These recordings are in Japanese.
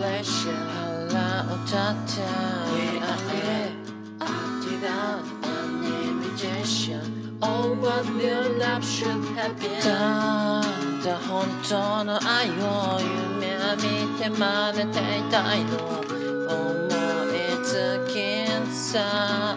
腹を立てOh, what your love should have been ただ本当の愛を夢見て真似ていたいの思いつきさ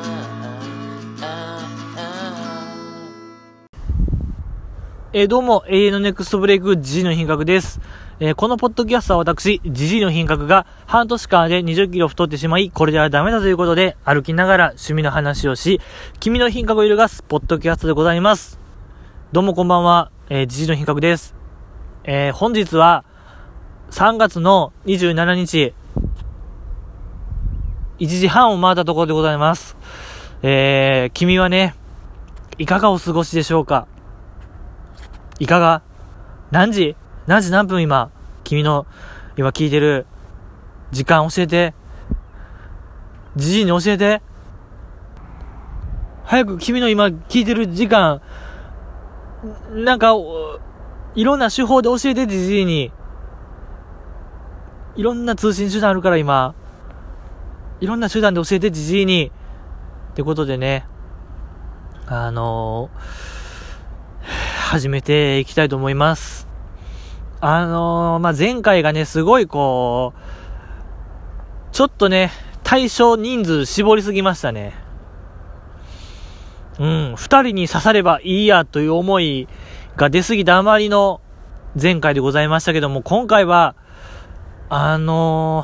どうも、永遠のネクストブレイク、ジジイの品格です。このポッドキャストは私、ジジイの品格が半年間で20キロ太ってしまい、これではダメだということで、歩きながら趣味の話をし、君の品格を揺るがすポッドキャストでございます。どうもこんばんは、ジジイの品格です。本日は、3月の27日、1時半を回ったところでございます。君はね、いかがお過ごしでしょうか？いかが？何時何分今？君の今聞いてる時間教えて。じじいに教えて。早く君の今聞いてる時間、なんか、いろんな手法で教えて、じじいに。いろんな通信手段あるから今。いろんな手段で教えて、じじいに。ってことでね。始めていきたいと思います。前回がね、すごいちょっとね、対象人数絞りすぎましたね。二人に刺さればいいやという思いが出すぎたあまりの前回でございましたけども、今回は、趣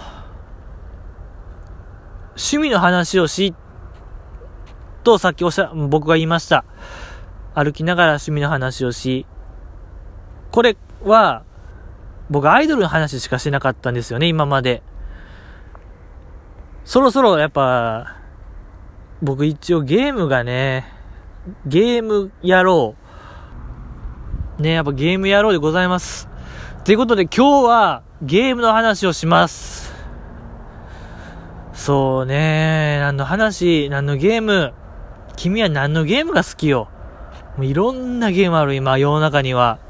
味の話をとさっき僕が言いました。歩きながら趣味の話をし、これは僕アイドルの話しかしなかったんですよね、今まで。そろそろやっぱ僕一応ゲーム野郎ね、やっぱゲーム野郎でございます。ということで今日はゲームの話をします。そうね、何のゲーム？君は何のゲームが好きよ？もういろんなゲームある今世の中には。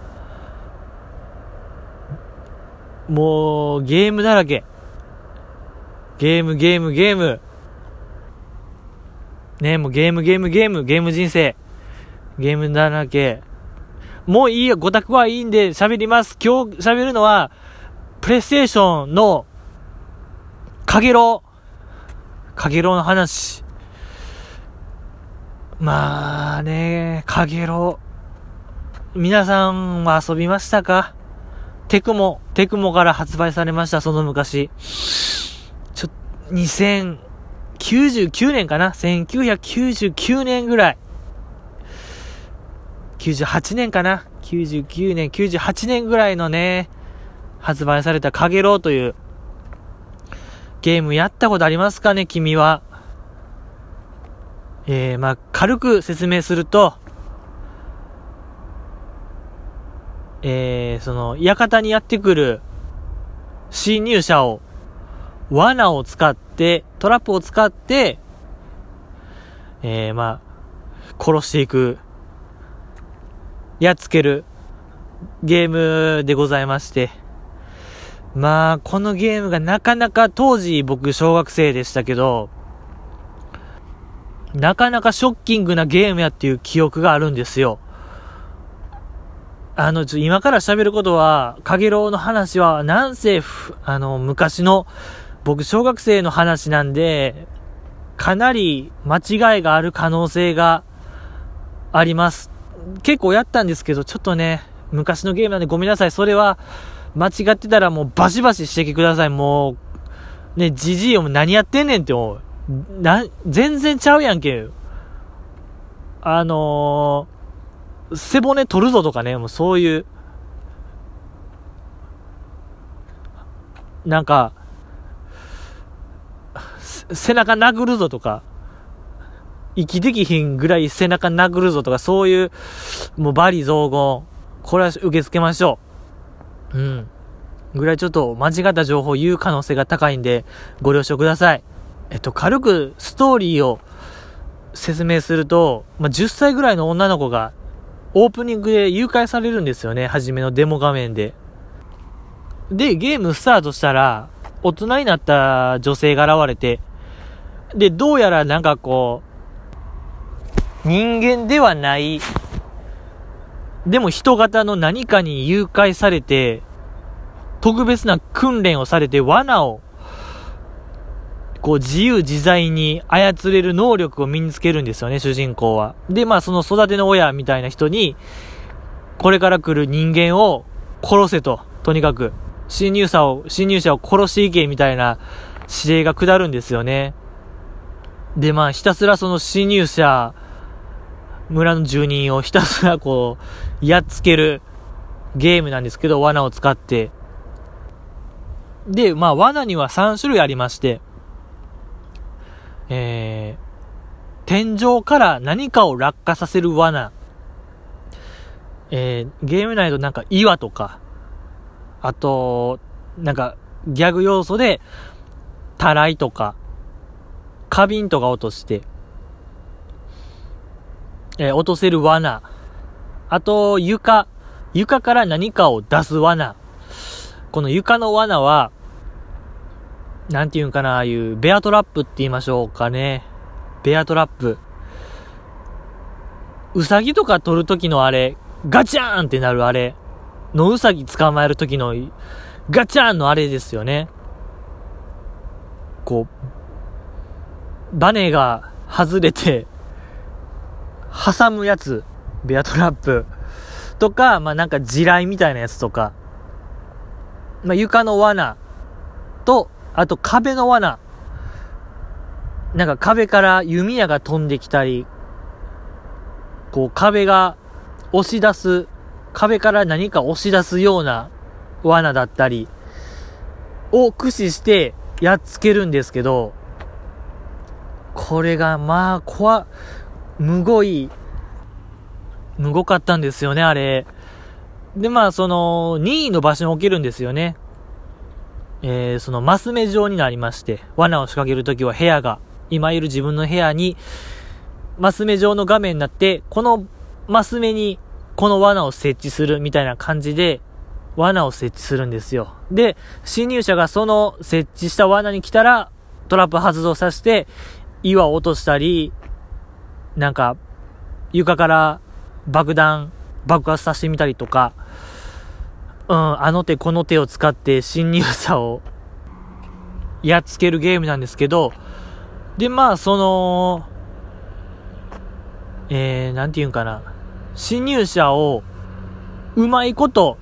もうゲームだらけ。ゲームね、もうゲーム人生。ゲームだらけ。もういいよ、ごたくはいいんで喋ります。今日喋るのはプレイステーションのかげろうの話。まあね、かげろう。皆さんは遊びましたか？テクモから発売されました、その昔。2099年かな？ 1999 年ぐらい。98年かな？ 99年、98年ぐらいのね、発売されたかげろうというゲームやったことありますかね、君は。軽く説明すると、その、館にやってくる侵入者を、罠を使って、トラップを使って、殺していく、やっつけるゲームでございまして、このゲームがなかなか当時僕小学生でしたけど、なかなかショッキングなゲームやっていう記憶があるんですよ。今から喋ることは、かげろうの話は、なんせ、昔の、僕小学生の話なんで、かなり間違いがある可能性があります。結構やったんですけど、ちょっとね、昔のゲームなんでごめんなさい。それは、間違ってたらもうバシバシしてきてください。もう、ね、じじいよ、何やってんねんって思う。全然ちゃうやんけ。背骨取るぞとかね、もうそういう、なんか、背中殴るぞとか、息できひんぐらい背中殴るぞとか、そういう、もう罵詈雑言、これは受け付けましょう。ぐらいちょっと間違った情報を言う可能性が高いんで、ご了承ください。軽くストーリーを説明すると、10歳ぐらいの女の子がオープニングで誘拐されるんですよね。初めのデモ画面で。で、ゲームスタートしたら、 大人になった女性が現れて、で、どうやらなんかこう、人間ではない、でも人型の何かに誘拐されて、特別な訓練をされて罠を、こう自由自在に操れる能力を身につけるんですよね、主人公は。で、その育ての親みたいな人に、これから来る人間を殺せと、とにかく、侵入者を殺していけみたいな指令が下るんですよね。で、ひたすらその侵入者、村の住人をひたすらこう、やっつけるゲームなんですけど、罠を使って。で、罠には3種類ありまして、天井から何かを落下させる罠。ゲーム内のなんか岩とか、あと、なんかギャグ要素で、たらいとか、花瓶とか落として、落とせる罠。あと、床から何かを出す罠。この床の罠は、なんていうんかな、ああいうベアトラップって言いましょうかね。ベアトラップ。ウサギとか取るときのあれ、ガチャーンってなるあれ。のウサギ捕まえるときのガチャーンのあれですよね。こう、バネが外れて、挟むやつ。ベアトラップ。とか、なんか地雷みたいなやつとか。床の罠。と、あと壁の罠。なんか壁から弓矢が飛んできたり、こう壁が押し出す、壁から何か押し出すような罠だったりを駆使してやっつけるんですけど、これがむごかったんですよね、あれ。で、その任意の場所に置けるんですよね。そのマス目状になりまして、罠を仕掛けるときは部屋が、今いる自分の部屋に、マス目状の画面になって、このマス目にこの罠を設置するみたいな感じで、罠を設置するんですよ。で、侵入者がその設置した罠に来たら、トラップ発動させて、岩を落としたり、なんか、床から爆発させてみたりとか、あの手この手を使って侵入者をやっつけるゲームなんですけど、で、その、なんていうんかな、侵入者をうまいこと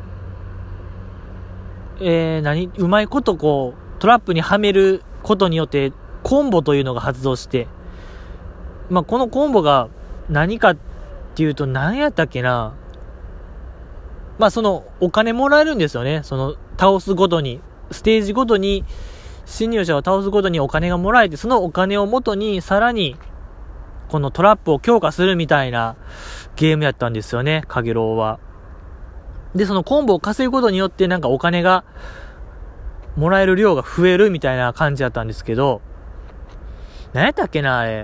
こうトラップにはめることによってコンボというのが発動して、このコンボが何かっていうと、何やったっけな、そのお金もらえるんですよね。その倒すごとに、ステージごとに侵入者を倒すごとにお金がもらえて、そのお金を元にさらにこのトラップを強化するみたいなゲームやったんですよね、カゲロウは。で、そのコンボを稼ぐことによってなんかお金がもらえる量が増えるみたいな感じだったんですけど、何やったっけな、あれ。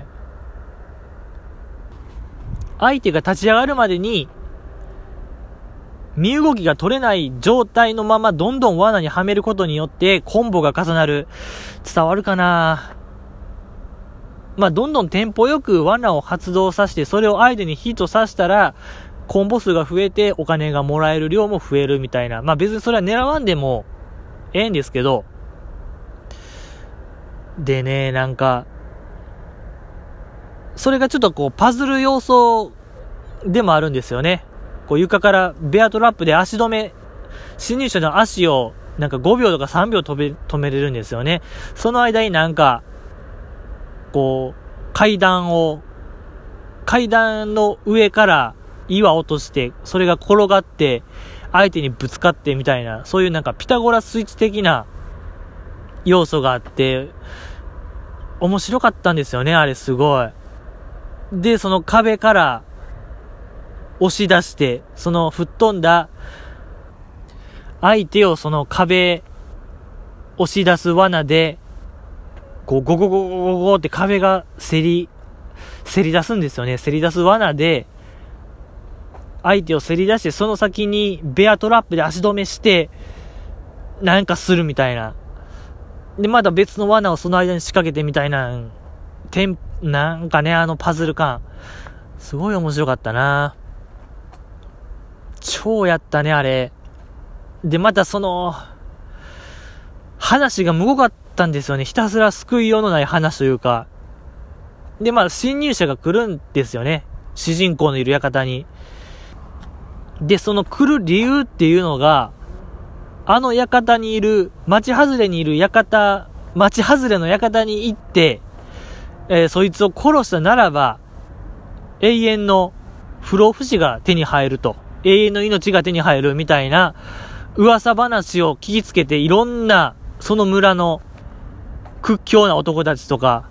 相手が立ち上がるまでに身動きが取れない状態のままどんどん罠にはめることによってコンボが重なる。伝わるかな。どんどんテンポよく罠を発動させて、それを相手にヒットさせたらコンボ数が増えてお金がもらえる量も増えるみたいな。別にそれは狙わんでもええんですけど、でね、なんかそれがちょっとこうパズル要素でもあるんですよね。こう床からベアトラップで足止め、侵入者の足をなんか5秒とか3秒止めれるんですよね。その間になんかこう階段の上から岩落として、それが転がって相手にぶつかってみたいな、そういうなんかピタゴラスイッチ的な要素があって面白かったんですよね、あれすごい。で、その壁から押し出して、その吹っ飛んだ相手をその壁押し出す罠でこうゴゴゴゴゴゴって壁がせり出すんですよね。せり出す罠で相手をせり出して、その先にベアトラップで足止めしてなんかするみたいな、 で、まだ別の罠をその間に仕掛けてみたいな、なんかね、パズル感。すごい面白かったな。超やったね、あれ。で、また話がむごかったんですよね。ひたすら救いようのない話というか。で、侵入者が来るんですよね。主人公のいる館に。で、その来る理由っていうのが、館にいる、町外れの館に行って、そいつを殺したならば、永遠の不老不死が手に入ると。永遠の命が手に入るみたいな噂話を聞きつけて、いろんな、その村の屈強な男たちとか、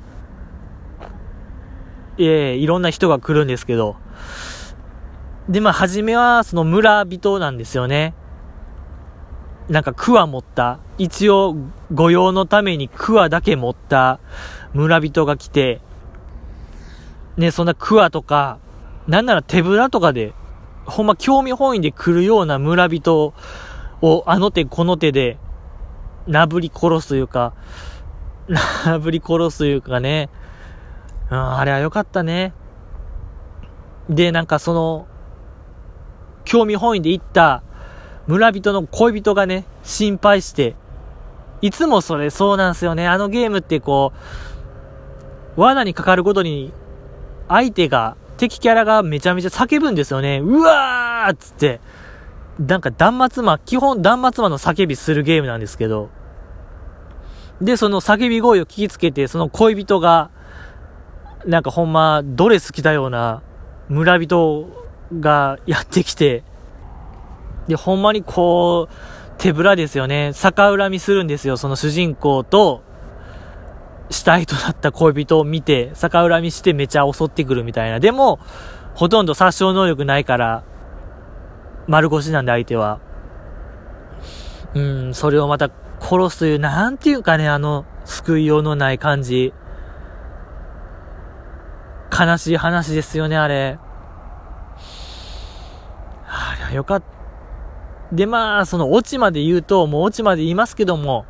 いろんな人が来るんですけど、で、初めはその村人なんですよね。なんか桑持った、一応御用のために桑だけ持った村人が来て、ね、そんな桑とか、なんなら手ぶらとかで、ほんま興味本位で来るような村人をあの手この手で、なぶり殺すというかね、あれは良かったね。で、なんか興味本位で行った村人の恋人がね、心配して、いつもそうなんですよね。あのゲームって罠にかかるごとに、敵キャラがめちゃめちゃ叫ぶんですよね。うわーっつって。なんか基本断末魔の叫びするゲームなんですけど。で、その叫び声を聞きつけて、その恋人が、なんかほんまドレス着たような村人がやってきて、で、ほんまに手ぶらですよね。逆恨みするんですよ。その主人公と、死体となった恋人を見て、逆恨みしてめちゃ襲ってくるみたいな。でも、ほとんど殺傷能力ないから、丸腰なんで相手は。それをまた殺すという、なんていうかね、救いようのない感じ。悲しい話ですよね、あれ。あれはよかった。で、そのオチまで言うと、もうオチまで言いますけども、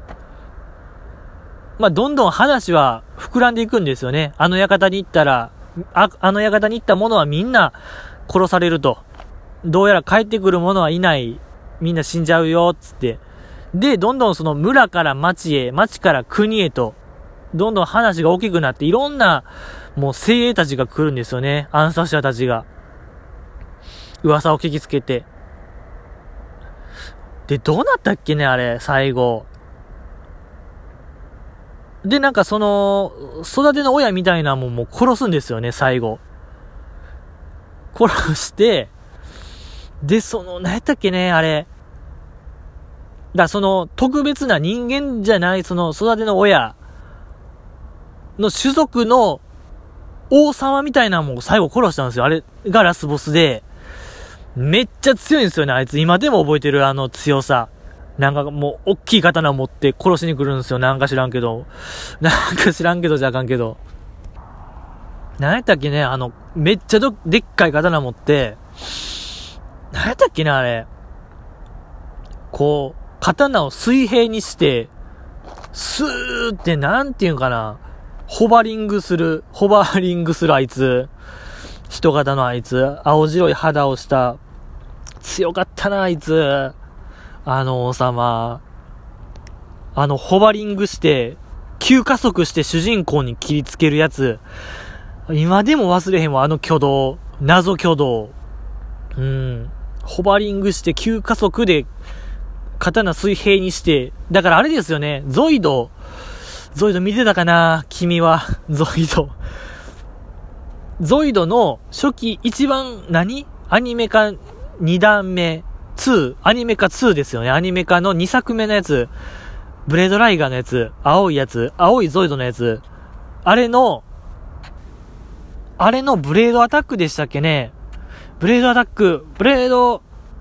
どんどん話は膨らんでいくんですよね。館に行ったら、館に行った者はみんな殺されると。どうやら帰ってくる者はいない。みんな死んじゃうよ、つって。で、どんどんその村から町へ、町から国へと、どんどん話が大きくなって、いろんな、もう精鋭たちが来るんですよね。暗殺者たちが。噂を聞きつけて。で、どうなったっけね、あれ、最後。で、なんか育ての親みたいなもんも殺すんですよね、最後。殺して、で、何やったっけね、あれ。特別な人間じゃない、育ての親の種族の王様みたいなのも最後殺したんですよ。あれがラスボスで、めっちゃ強いんですよね、あいつ。今でも覚えてる強さ。なんかもう、大きい刀持って殺しに来るんですよ。なんか知らんけどじゃあかんけど。なんやったっけね、めっちゃでっかい刀持って、なんやったっけね、あれ。刀を水平にして、スーってなんていうんかな、ホバリングするあいつ。人型のあいつ。青白い肌をした。強かったな、あいつ。王様。ホバリングして、急加速して主人公に切りつけるやつ。今でも忘れへんわ、挙動。謎挙動。ホバリングして急加速で、刀水平にして、だからあれですよね、ゾイド見てたかな君は。ゾイドの初期、一番アニメ化2段目、アニメ化2ですよね。アニメ化の2作目のやつ、ブレードライガーのやつ、青いゾイドのやつ、あれのブレードアタックでしたっけね。ちょ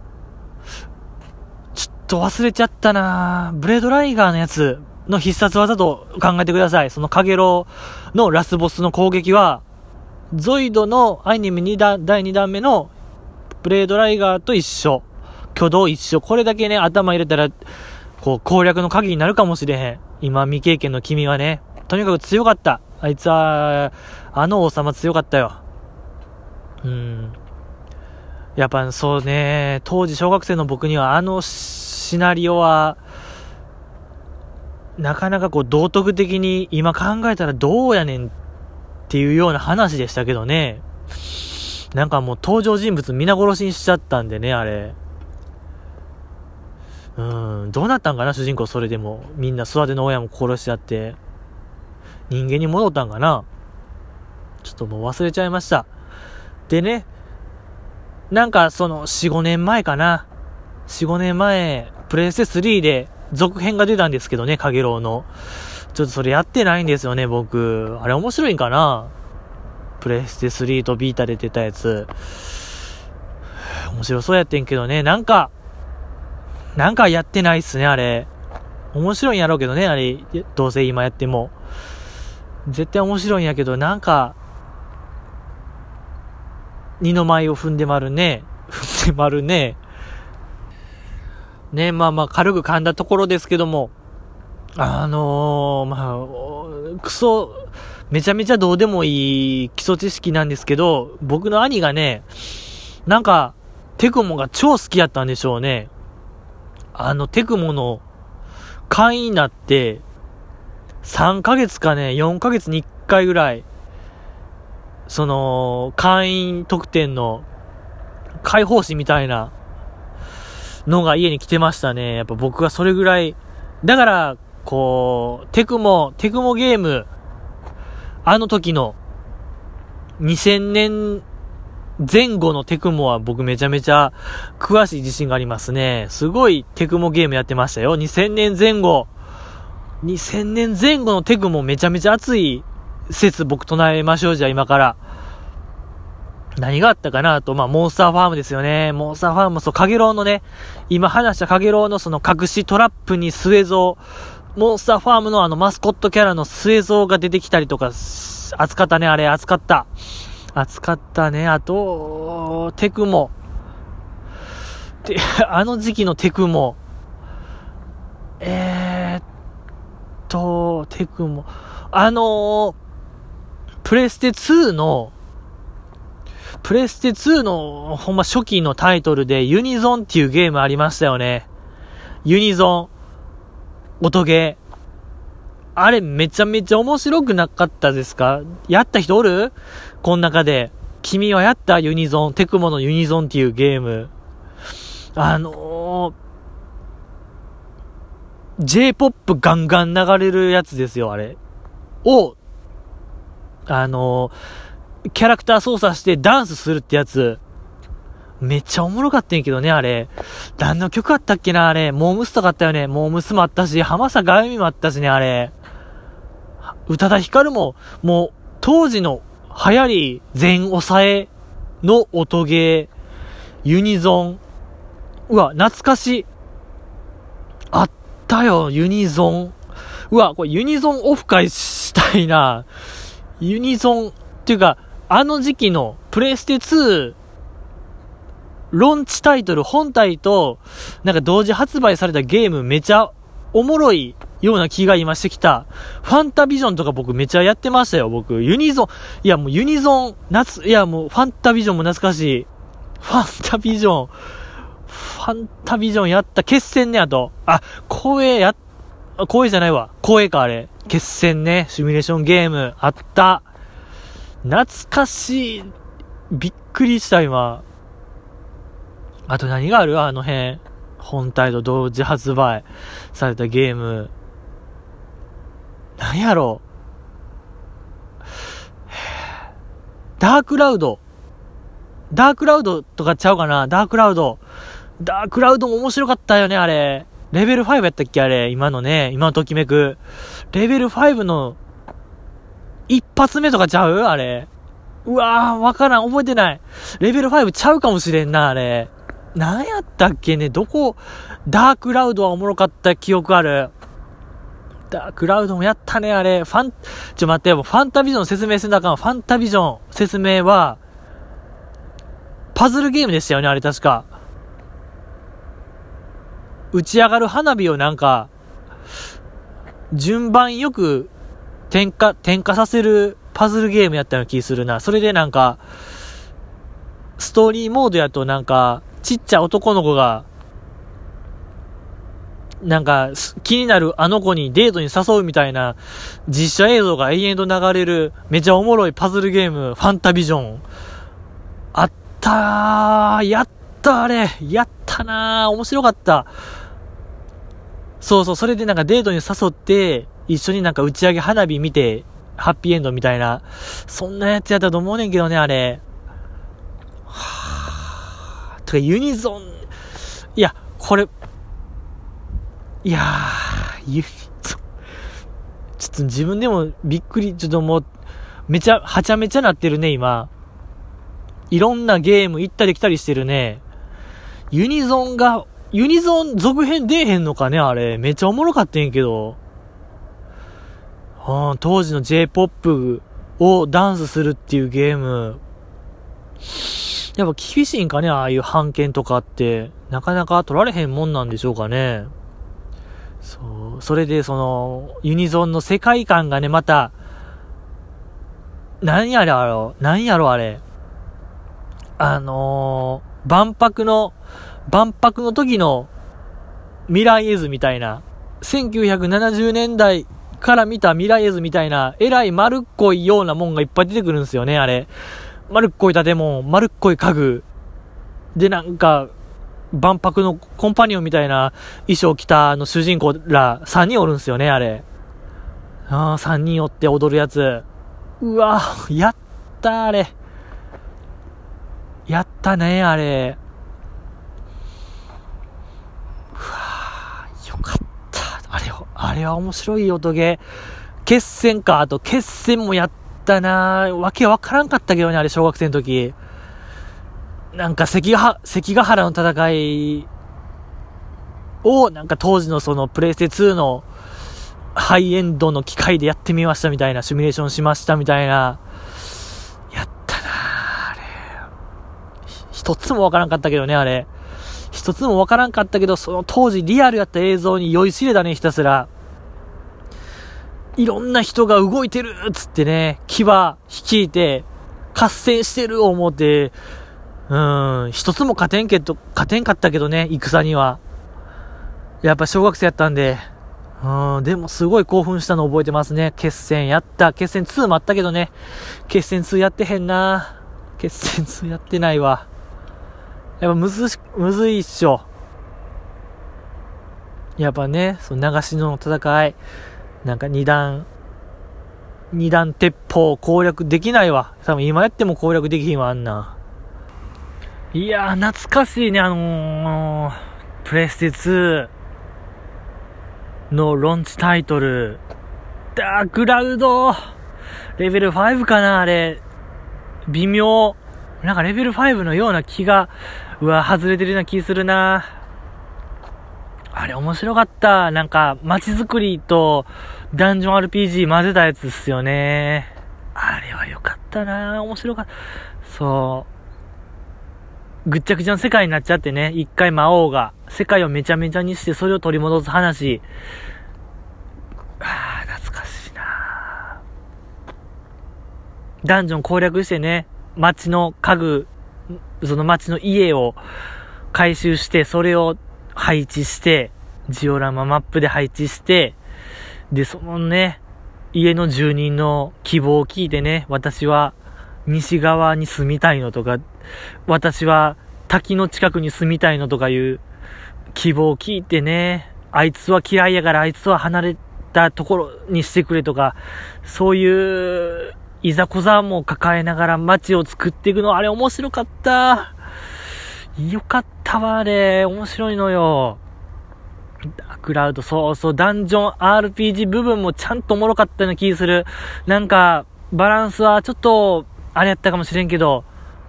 っと忘れちゃったな。ブレードライガーのやつの必殺技と考えてください。そのカゲロウのラスボスの攻撃は、ゾイドのアニメ第2弾目のブレードライガーと一緒。挙動一緒。これだけね、頭入れたら、 こう攻略の鍵になるかもしれへん。今未経験の君はね、とにかく強かった。あいつはあの王様強かったよ。やっぱそうね、当時小学生の僕にはあのシナリオはなかなかこう道徳的に今考えたらどうやねんっていうような話でしたけどね。なんかもう登場人物皆殺しにしちゃったんでね、あれ。どうなったんかな、主人公。それでもみんな育ての親も殺しちゃって人間に戻ったんかな。ちょっともう忘れちゃいました。でね、なんかその 4,5 年前かな、4、5年前プレステ3で続編が出たんですけどね、かげろうの。ちょっとそれやってないんですよね、僕。あれ面白いんかな、プレステ3とビータで出たやつ。面白そうやってんけどね、なんかやってないっすね、あれ。面白いんやろうけどね、あれ。どうせ今やっても。絶対面白いんやけど、なんか、二の舞を踏んでまるね。ね、まあ軽く噛んだところですけども、めちゃめちゃどうでもいい基礎知識なんですけど、僕の兄がね、なんか、テクモが超好きやったんでしょうね。テクモの会員になって、3ヶ月かね、4ヶ月に1回ぐらい、その、会員特典の開放誌みたいなのが家に来てましたね。やっぱ僕はそれぐらい。だから、こう、テクモゲーム、あの時の2000年前後のテクモは僕めちゃめちゃ詳しい自信がありますね。すごいテクモゲームやってましたよ。2000年前後のテクモめちゃめちゃ熱い説僕唱えましょう。じゃあ今から。何があったかなと、モンスターファームですよね。モンスターファーム、そう、かげろうのね、今話したかげろうのその隠しトラップに末蔵、モンスターファームのマスコットキャラの末蔵が出てきたりとか、熱かったね、あれ、熱かったね。あと、テクモ。で、あの時期のテクモ。テクモ。プレステ2のほんま初期のタイトルでユニゾンっていうゲームありましたよね。ユニゾン。音ゲー。あれめちゃめちゃ面白くなかったですか？やった人おる？この中で。君はやったユニゾン。テクモのユニゾンっていうゲーム。J-POP ガンガン流れるやつですよ、あれ。を、キャラクター操作してダンスするってやつ。めっちゃおもろかったんやけどね、あれ。何の曲あったっけな、あれ。モームスとかあったよね。モームスもあったし、浜坂あゆみもあったしね、あれ。宇多田ヒカルも、もう、当時の流行り全抑えの音ゲー、ユニゾン。うわ、懐かしい。あったよ、ユニゾン。うわ、これユニゾンオフ会したいな。ユニゾン、っていうか、あの時期のプレステ2、ロンチタイトル本体と、なんか同時発売されたゲームめちゃおもろいような気が今してきた。ファンタビジョンとか僕めちゃやってましたよ、僕。ユニゾン、いやもうユニゾン、もうファンタビジョンも懐かしい。ファンタビジョンやった。決戦ね、あと。光栄じゃないわ。光栄か、あれ。決戦ね。シミュレーションゲーム。あった。懐かしい。びっくりした、今。あと何がある？あの辺。本体と同時発売されたゲーム。何やろう。ダークラウドとかちゃうかな。ダークラウドも面白かったよね、あれ。レベル5やったっけ、あれ。今のときめく。レベル5の一発目とかちゃう？あれ。うわー、わからん、覚えてない。レベル5ちゃうかもしれんな、あれ。何やったっけね、ダークラウドはおもろかった記憶ある。ダークラウドもやったね、あれ。待って、ファンタビジョン説明せんだかん。ファンタビジョン説明は、パズルゲームでしたよね、あれ確か。 打ち上がる花火をなんか、順番よく点火させるパズルゲームやったような気するな。それでなんか、ストーリーモードやとなんか、ちっちゃい男の子が、なんか、気になるあの子にデートに誘うみたいな実写映像が延々と流れるめちゃおもろいパズルゲーム、ファンタビジョン。あったー、やったあれ、やったなー、面白かった。そうそう、それでなんかデートに誘って、一緒になんか打ち上げ花火見て、ハッピーエンドみたいな、そんなやつやったと思うねんけどね、あれ。はぁ、てかユニゾン、いや、これ、いやー、ユニゾン、ちょっと自分でもびっくり、ちょっともう、はちゃめちゃなってるね、今。いろんなゲーム行ったり来たりしてるね。ユニゾン続編出えへんのかね、あれ。めっちゃおもろかったんやけど。当時の J-POP をダンスするっていうゲーム。やっぱ厳しいんかね、ああいう版権とかって。なかなか取られへんもんなんでしょうかね。そう。それでその、ユニゾンの世界観がね、また、何やろあれ。万博の時の未来絵図みたいな、1970年代から見た未来絵図みたいな、えらい丸っこいようなもんがいっぱい出てくるんですよね、あれ。丸っこい建物、丸っこい家具。で、なんか、万博のコンパニオンみたいな衣装着た主人公ら3人おるんですよね、あれ。3人おって踊るやつ。うわ、やったあれ。やったね、あれ。うわー、よかった。あれは面白い音ゲー。決戦か、あと決戦もやったな。わけわからんかったけどね、あれ、小学生の時。なんか関ヶ原の戦いを、なんか当時のそのプレイステ2のハイエンドの機械でやってみましたみたいな、シミュレーションしましたみたいな。やったなあれ。一つもわからんかったけどね、あれ。一つもわからんかったけど、その当時リアルやった映像に酔いしれたね、ひたすら。いろんな人が動いてるっつってね、牙率いて、合戦してる思って、一つも勝てんかったけどね、戦には。やっぱ小学生やったんで、でもすごい興奮したの覚えてますね。決戦やった。決戦2もあったけどね。決戦2やってへんな。決戦2やってないわ。やっぱむずいっしょ。やっぱね、その長篠の戦い、なんか二段鉄砲攻略できないわ。多分今やっても攻略できひんわ、あんな。いやー、懐かしいね、プレステ2のロンチタイトル。ダークラウドレベル5かな、あれ。微妙。なんかレベル5のような気が、外れてるような気するな。あれ面白かった。なんか、街づくりとダンジョン RPG 混ぜたやつっすよね。あれは良かったな。面白かった。そう。ぐっちゃぐちゃの世界になっちゃってね。一回魔王が世界をめちゃめちゃにしてそれを取り戻す話。懐かしいな。ダンジョン攻略してね。街の家具、その街の家を回収して、それを配置して、ジオラママップで配置して、で、そのね、家の住人の希望を聞いてね、私は西側に住みたいのとか、私は滝の近くに住みたいのとかいう希望を聞いてね、あいつは嫌いやからあいつは離れたところにしてくれとか、そういういざこざも抱えながら街を作っていくの、あれ面白かった。よかったわ、あれ。面白いのよ。ダークラウド、そうそう、ダンジョン RPG 部分もちゃんとおもろかったような気する。なんか、バランスはちょっと、あれやったかもしれんけど、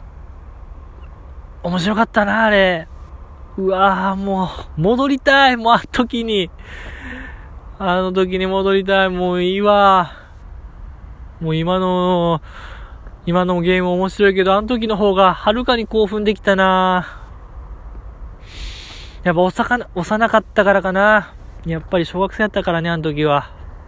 面白かったな、あれ。うわぁ、もう、戻りたい。もう、あの時に戻りたい。もういいわ。もう今のゲーム面白いけど、あの時の方がはるかに興奮できたな。 やっぱ幼かったからかな。やっぱり小学生やったからね、あの時は。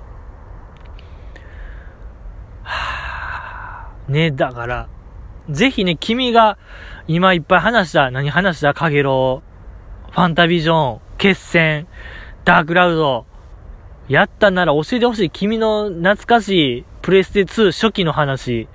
ね、だから、ぜひね、君が今いっぱい何話したかげろう、ファンタビジョン、決戦、ダークラウド、やったんなら教えてほしい。君の懐かしいプレステ2初期の話。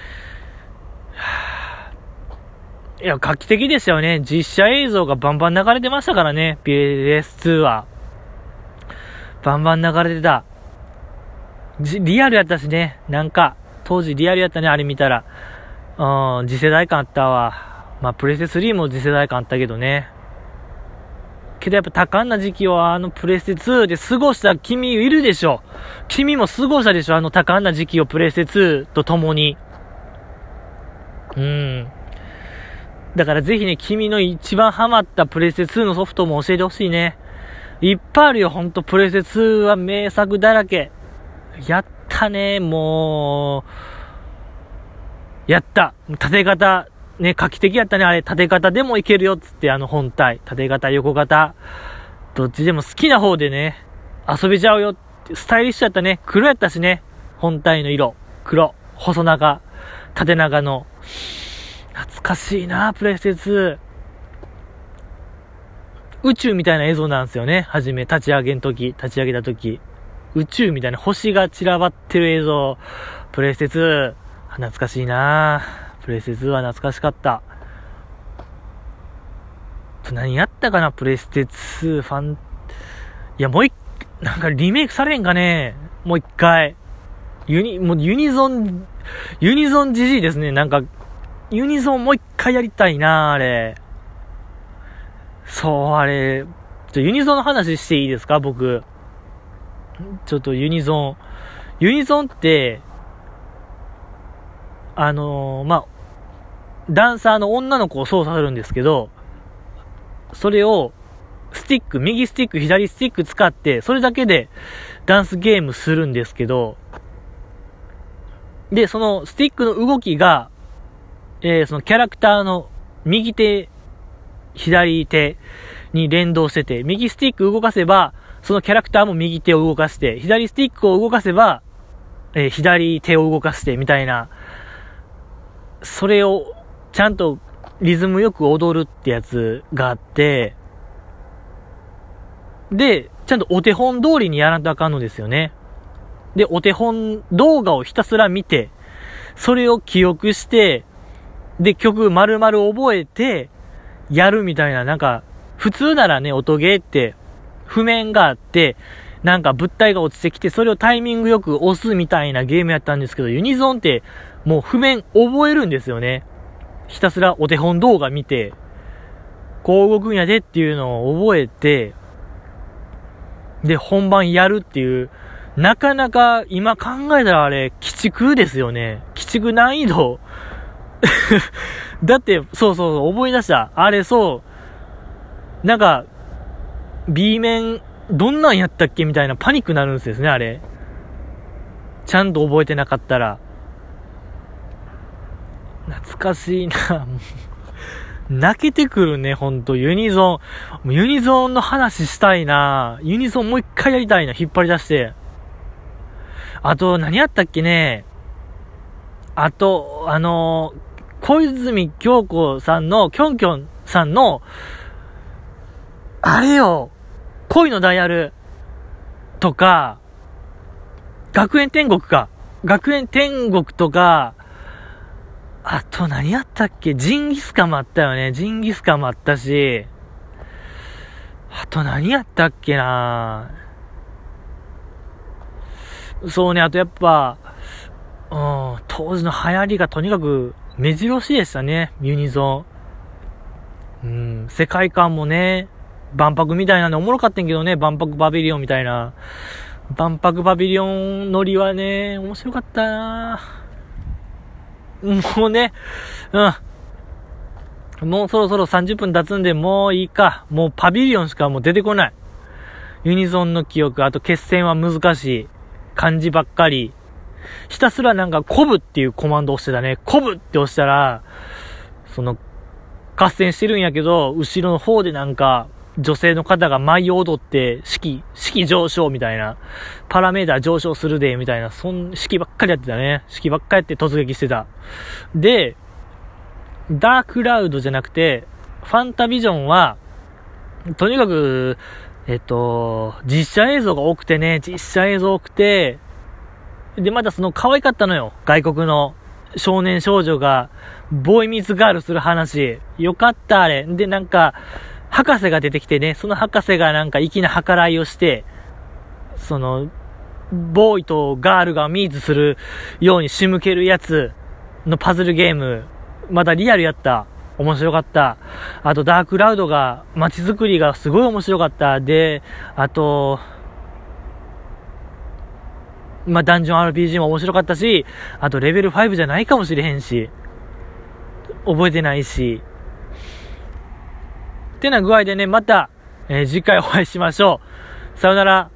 いや、画期的でしたよね。実写映像がバンバン流れてましたからね、PS2 は。バンバン流れてた。リアルやったしね、なんか、当時リアルやったね、あれ見たら。次世代感あったわ。まあ、プレステ3も次世代感あったけどね。けどやっぱ多感な時期をプレステ2で過ごした君いるでしょ。君も過ごしたでしょ、多感な時期をプレステ2と共に。だからぜひね、君の一番ハマったプレステ2のソフトも教えてほしいね。いっぱいあるよ、ほんと。プレステ2は名作だらけ。やったね、もう。やった。縦型、ね、画期的やったね、あれ。縦型でもいけるよ、つって、本体。縦型、横型。どっちでも好きな方でね、遊べちゃうよって。スタイリッシュやったね。黒やったしね。本体の色。黒。細長。縦長の。懐かしいな、プレステ2。宇宙みたいな映像なんですよね。はじめ、立ち上げた時。宇宙みたいな星が散らばってる映像。プレステ2。懐かしいな。プレステ2は懐かしかった。何やったかな、プレステ2いや、なんかリメイクされんかね。もう一回。ユニゾンじじいですね。なんか、ユニゾンもう一回やりたいな、あれ。そう、あれ。ユニゾンの話していいですか、僕。ちょっとユニゾンって、まあ、ダンサーの女の子を操作するんですけど、それを、右スティック、左スティック使って、それだけでダンスゲームするんですけど、で、そのスティックの動きが、そのキャラクターの右手、左手に連動してて、右スティック動かせば、そのキャラクターも右手を動かして、左スティックを動かせば、左手を動かして、みたいな、それをちゃんとリズムよく踊るってやつがあって、で、ちゃんとお手本通りにやらんとあかんのですよね。で、お手本動画をひたすら見て、それを記憶して、で、曲丸々覚えて、やるみたいな、なんか、普通ならね、音ゲーって、譜面があって、なんか物体が落ちてきて、それをタイミングよく押すみたいなゲームやったんですけど、ユニゾンって、もう譜面覚えるんですよね。ひたすらお手本動画見て、こう動くんやでっていうのを覚えて、で、本番やるっていう、なかなか今考えたらあれ、鬼畜ですよね。鬼畜難易度。だって、そう、思い出した。あれ、なんか、B 面、どんなんやったっけみたいなパニックになるんですね、あれ。ちゃんと覚えてなかったら。懐かしいな。泣けてくるね、ほんと。ユニゾンの話したいな。ユニゾンもう一回やりたいな、引っ張り出して。あと、何やったっけね。あと、小泉京子さんの、キョンキョンさんの、あれよ、恋のダイヤルとか、学園天国とか、あと何やったっけ、ジンギスカンもあったよね。ジンギスカンもあったし、あと何やったっけな。そうね、あとやっぱ、当時の流行りがとにかく目白押しでしたね、ユニゾン。世界観もね、万博みたいなのおもろかったんけどね、万博パビリオンみたいな。万博パビリオン乗りはね、面白かったな。もうね、もうそろそろ30分経つんで、もういいか。もうパビリオンしかもう出てこない。ユニゾンの記憶、あと決戦は難しい。漢字ばっかり。ひたすらなんか、コブっていうコマンドを押してたね。コブって押したら、合戦してるんやけど、後ろの方でなんか、 女性の方が舞を踊って式上昇みたいな、パラメーター上昇するでみたいな、式ばっかりやってたね。式ばっかりやって突撃してた。で、ダーククラウドじゃなくてファンタビジョンはとにかく実写映像が多くてね、でまたその可愛かったのよ、外国の少年少女がボーイミーツガールする話。よかったあれで、なんか博士が出てきてね、その博士がなんか粋な計らいをして、そのボーイとガールがミーツするように仕向けるやつのパズルゲーム、またリアルやった。面白かった。あとダーククラウドが街づくりがすごい面白かった。で、あとダンジョン RPG も面白かったし、あとレベル5じゃないかもしれへんし、覚えてないし。ってな具合でね、また、次回お会いしましょう。さよなら。